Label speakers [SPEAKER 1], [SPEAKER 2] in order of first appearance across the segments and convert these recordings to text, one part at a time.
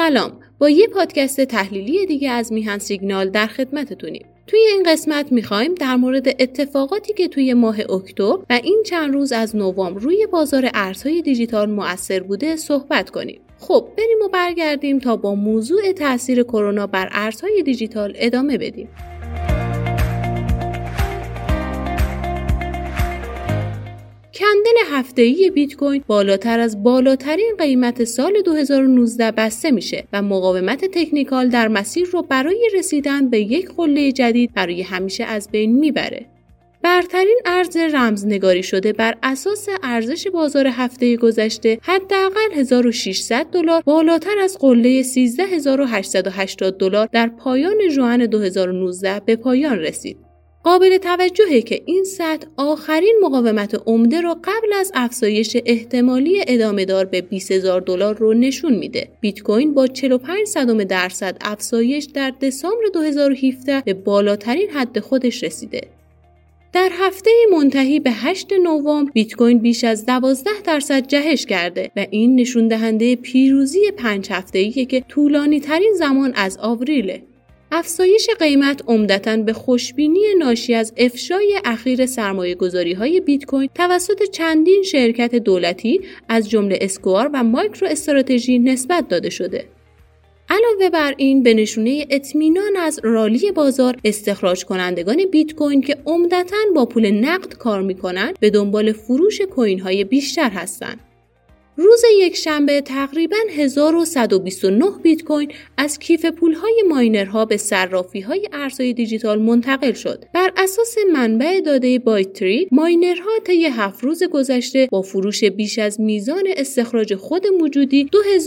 [SPEAKER 1] سلام، با یه پادکست تحلیلی دیگه از میهن سیگنال در خدمتتونیم. توی این قسمت میخوایم در مورد اتفاقاتی که توی ماه اکتبر و این چند روز از نوامبر روی بازار ارزهای دیجیتال مؤثر بوده صحبت کنیم. خب بریم و برگردیم تا با موضوع تأثیر کرونا بر ارزهای دیجیتال ادامه بدیم. کندل هفته‌ای بیت کوین بالاتر از بالاترین قیمت سال 2019 بسته میشه و مقاومت تکنیکال در مسیر رو برای رسیدن به یک قله جدید برای همیشه از بین میبره. برترین ارز رمزنگاری شده بر اساس ارزش بازار هفته گذشته حداقل $1600 بالاتر از قله $13880 در پایان ژوئن 2019 به پایان رسید. قابل توجهه که این سطح آخرین مقاومت عمده را قبل از افزایش احتمالی ادامه‌دار به $20000 رو نشون میده. بیت کوین با 45% افزایش در دسامبر 2017 به بالاترین حد خودش رسیده. در هفته منتهی به 8 نوامبر بیت کوین بیش از 12% جهش کرده و این نشون دهنده پیروزی 5 هفته‌ایه که طولانی ترین زمان از آوریله. افزایش قیمت عمدتاً به خوشبینی ناشی از افشای اخیر سرمایه‌گذاری‌های بیت کوین توسط چندین شرکت دولتی از جمله اسکوار و مایکرو استراتژی نسبت داده شده. علاوه بر این به نشونه اطمینان از رالی بازار، استخراج کنندگان بیت کوین که عمدتاً با پول نقد کار می‌کنند به دنبال فروش کوین‌های بیشتر هستند. روز یکشنبه تقریباً 1129 بیت کوین از کیف پول‌های ماینرها به صرافی‌های ارزهای دیجیتال منتقل شد. بر اساس منبع داده بایتری، ماینرها طی 7 روز گذشته با فروش بیش از میزان استخراج خود موجودی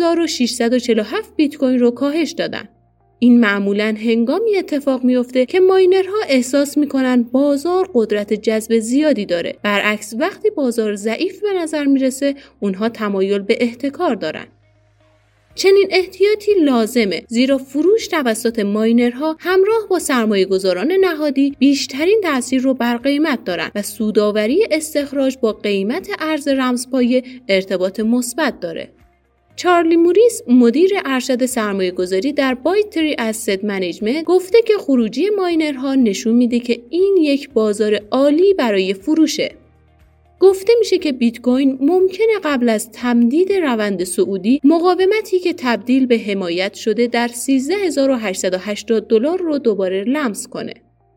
[SPEAKER 1] 2647 بیت کوین رو کاهش دادن. این معمولاً هنگامی اتفاق میفته که ماینرها احساس میکنن بازار قدرت جذب زیادی داره. برعکس وقتی بازار ضعیف به نظر میرسه اونها تمایل به احتکار دارن. چنین احتیاطی لازمه زیرا فروش توسط ماینرها همراه با سرمایه‌گذاران نهادی بیشترین تأثیر رو بر قیمت دارن و سودآوری استخراج با قیمت ارز رمزپایه ارتباط مثبت داره. چارلی موریس مدیر ارشد سرمایه‌گذاری در بایتری اسید منیجمنت گفته که خروجی ماینرها نشون میده که این یک بازار عالی برای فروشه. گفته میشه که بیت کوین ممکنه قبل از تمدید روند صعودی مقاومتی که تبدیل به حمایت شده در $13880 رو دوباره لمس کنه.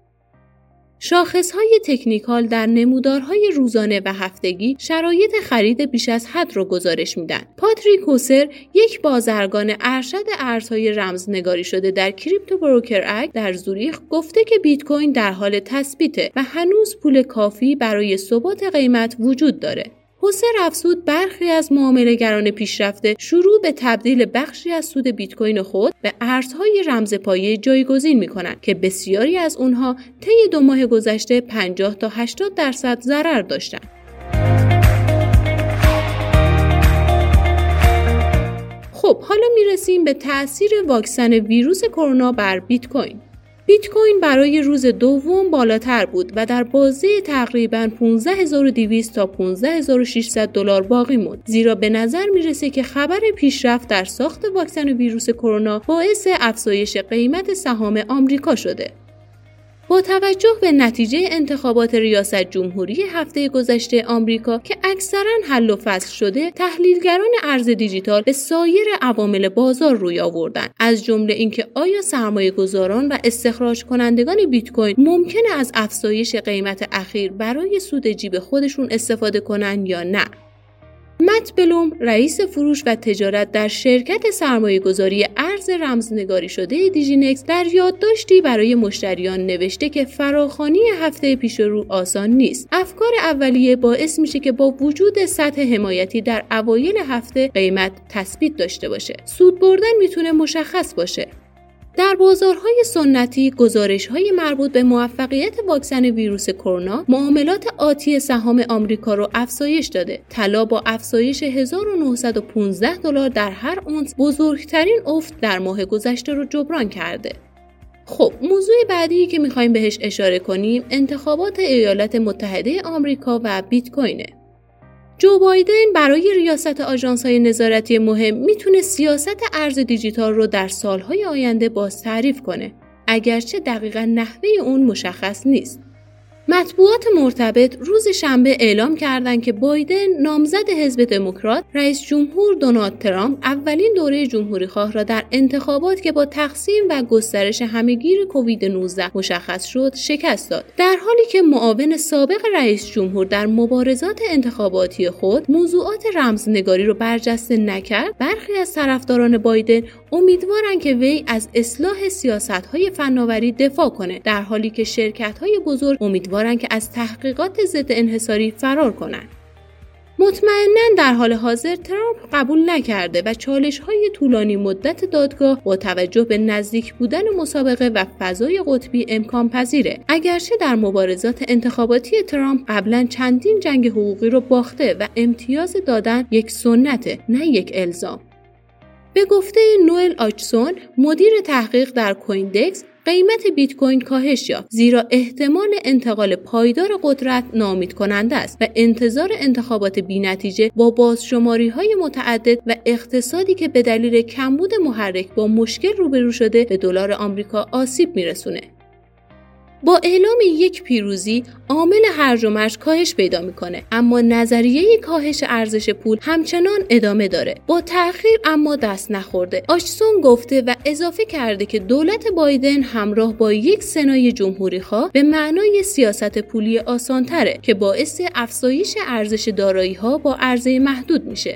[SPEAKER 1] شاخص‌های تکنیکال در نمودارهای روزانه و هفتگی شرایط خرید بیش از حد را گزارش میدن. پاتریک هوسر، یک بازرگان ارشد ارزهای رمزنگاری شده در کریپتو بروکر اکت در زوریخ گفته که بیت کوین در حال تثبیته و هنوز پول کافی برای ثبات قیمت وجود داره. هوسر افزود برخی از معامله‌گران پیشرفته شروع به تبدیل بخشی از سود بیت کوین خود به ارزهای رمزپایه جایگزین می‌کنند که بسیاری از اونها طی 2 ماه گذشته 50 تا 80% ضرر داشتند. خب حالا میرسیم به تأثیر واکسن ویروس کرونا بر بیت کوین. بیت کوین برای روز دوم بالاتر بود و در بازه تقریباً 15200 تا 15600 $ باقی موند، زیرا به نظر میرسه که خبر پیشرفت در ساخت واکسن ویروس کرونا باعث افزایش قیمت سهام آمریکا شده. با توجه به نتیجه انتخابات ریاست جمهوری هفته گذشته آمریکا که اکثراً حل و فصل شده، تحلیلگران ارز دیجیتال به سایر عوامل بازار روی آوردن، از جمله اینکه آیا سرمایه‌گذاران و استخراج کنندگان بیت کوین ممکنه از افزایش قیمت اخیر برای سود جیب خودشون استفاده کنن یا نه. مت بلوم، رئیس فروش و تجارت در شرکت سرمایه‌گذاری ارز رمزنگاری شده دیجینکس، در یادداشتی برای مشتریان نوشته که فراخوانی هفته پیش رو آسان نیست. افکار اولیه باعث میشه که با وجود سطح حمایتی در اوایل هفته قیمت تثبیت داشته باشه. سود بردن میتونه مشخص باشه. در بازارهای سنتی، گزارش‌های مربوط به موفقیت واکسن ویروس کرونا معاملات آتی سهام آمریکا رو افزایش داده. طلا با افزایش $1915 در هر اونس بزرگترین افت در ماه گذشته رو جبران کرده. خب موضوع بعدی که می‌خوایم بهش اشاره کنیم انتخابات ایالات متحده آمریکا و بیت کوینه. جو بایدن برای ریاست آژانس‌های نظارتی مهم میتونه سیاست ارز دیجیتال رو در سالهای آینده باز تعریف کنه، اگرچه دقیقاً نحوه اون مشخص نیست. مطبوعات مرتبط روز شنبه اعلام کردند که بایدن نامزد حزب دموکرات، رئیس جمهور دونالد ترامپ اولین دوره جمهوری‌خواه را در انتخابات که با تقسیم و گسترش همه‌گیر کووید 19 مشخص شد شکست داد، در حالی که معاون سابق رئیس جمهور در مبارزات انتخاباتی خود موضوعات رمزنگاری را برجسته نکرد. برخی از طرفداران بایدن امیدوارند که وی از اصلاح سیاست‌های فناوری دفاع کنه، در حالی که شرکت‌های بزرگ امیدوارن که از تحقیقات ضد انحصاری فرار کنند. مطمئناً در حال حاضر ترامپ قبول نکرده و چالش‌های طولانی مدت دادگاه با توجه به نزدیک بودن مسابقه و فضای قطبی امکان پذیره، اگرچه در مبارزات انتخاباتی ترامپ قبلاً چندین جنگ حقوقی رو باخته و امتیاز دادن یک سنته نه یک الزام. به گفته نوئل آچسون، مدیر تحقیق در کویندکس، قیمت بیت کوین کاهش یافت، زیرا احتمال انتقال پایدار قدرت ناامید کننده است و انتظار انتخابات بی‌نتیجه با بازشماری‌های متعدد و اقتصادی که به دلیل کمبود محرک با مشکل روبرو شده به دلار آمریکا آسیب میرسونه. با اعلام یک پیروزی، عامل هرج و مرج کاهش پیدا میکنه، اما نظریه کاهش ارزش پول همچنان ادامه داره، با تأخیر اما دست نخورده. آچسون گفته و اضافه کرده که دولت بایدن همراه با یک سنای جمهوری‌خواه به معنای سیاست پولی آسان‌تره که باعث افزایش ارزش دارایی‌ها با عرضه محدود میشه.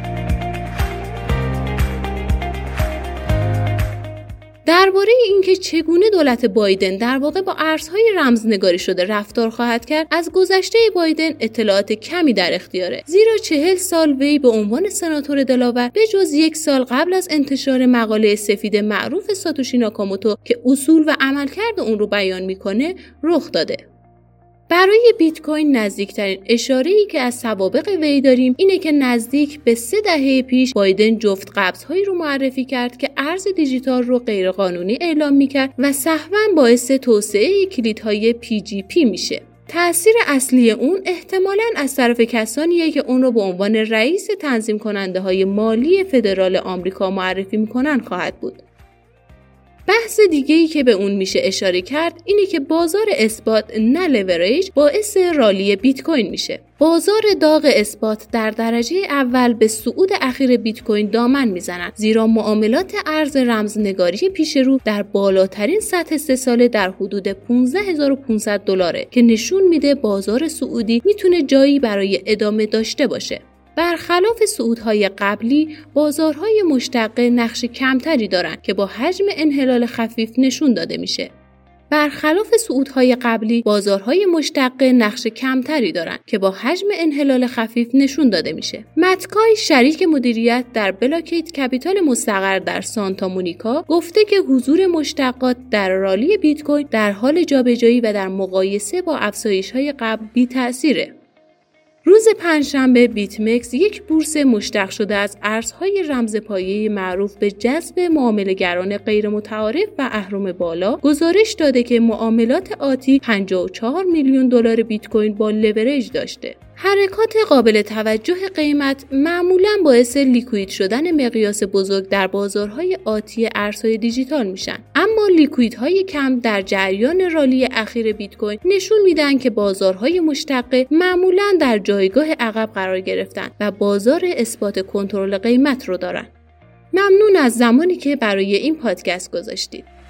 [SPEAKER 1] درباره اینکه چگونه دولت بایدن در واقع با ارزهای رمزنگاری شده رفتار خواهد کرد، از گذشته بایدن اطلاعات کمی در اختیاره، زیرا 40 سال وی به عنوان سناتور دلاور به جز 1 سال قبل از انتشار مقاله سفید معروف ساتوشی ناکاموتو که اصول و عملکرد اون رو بیان میکنه رخ داده. برای بیت کوین نزدیکترین اشاره‌ای که از سوابق وی داریم اینه که نزدیک به 3 دهه پیش بایدن جفت قبض‌هایی رو معرفی کرد که ارز دیجیتال رو غیرقانونی اعلام می‌کرد و سهواً باعث توسعه کلیدهای PGP میشه. تأثیر اصلی اون احتمالاً از طرف کسانیه که اون رو به عنوان رئیس تنظیم کننده‌های مالی فدرال آمریکا معرفی می‌کنن خواهد بود. بحث دیگه‌ای که به اون میشه اشاره کرد اینه که بازار اثبات نه لورج باعث رالی بیت کوین میشه. بازار داغ اثبات در درجه اول به صعود اخیر بیت کوین دامن میزنن، زیرا معاملات ارز رمزنگاری پیش رو در بالاترین سطح 3 ساله در حدود 15500 دلاره که نشون میده بازار سعودی میتونه جایی برای ادامه داشته باشه. برخلاف صعودهای قبلی، بازارهای مشتقه نقش کمتری دارند که با حجم انحلال خفیف نشون داده میشه. متکای شریک مدیریت در بلاکیت کپیتال مستقر در سانتا مونیکا گفته که حضور مشتقات در رالی بیت کوین در حال جابجایی و در مقایسه با افزایش‌های قبل بی‌تأثیره. روز پنجشنبه بیت مکس، یک بورس مشتق شده از ارزهای رمزپایه معروف به جذب معامله‌گران غیر متعارف و اهرم بالا، گزارش داده که معاملات آتی 54 میلیون دلار بیت کوین با لورج داشته. حرکات قابل توجه قیمت معمولاً باعث لیکوید شدن مقیاس بزرگ در بازارهای آتی ارزهای دیجیتال میشن، اما لیکویدهای کم در جریان رالی اخیر بیت کوین نشون میدن که بازارهای مشتقه معمولاً در جایگاه عقب قرار گرفتن و بازار اثبات کنترل قیمت رو دارن. ممنون از زمانی که برای این پادکست گذاشتید.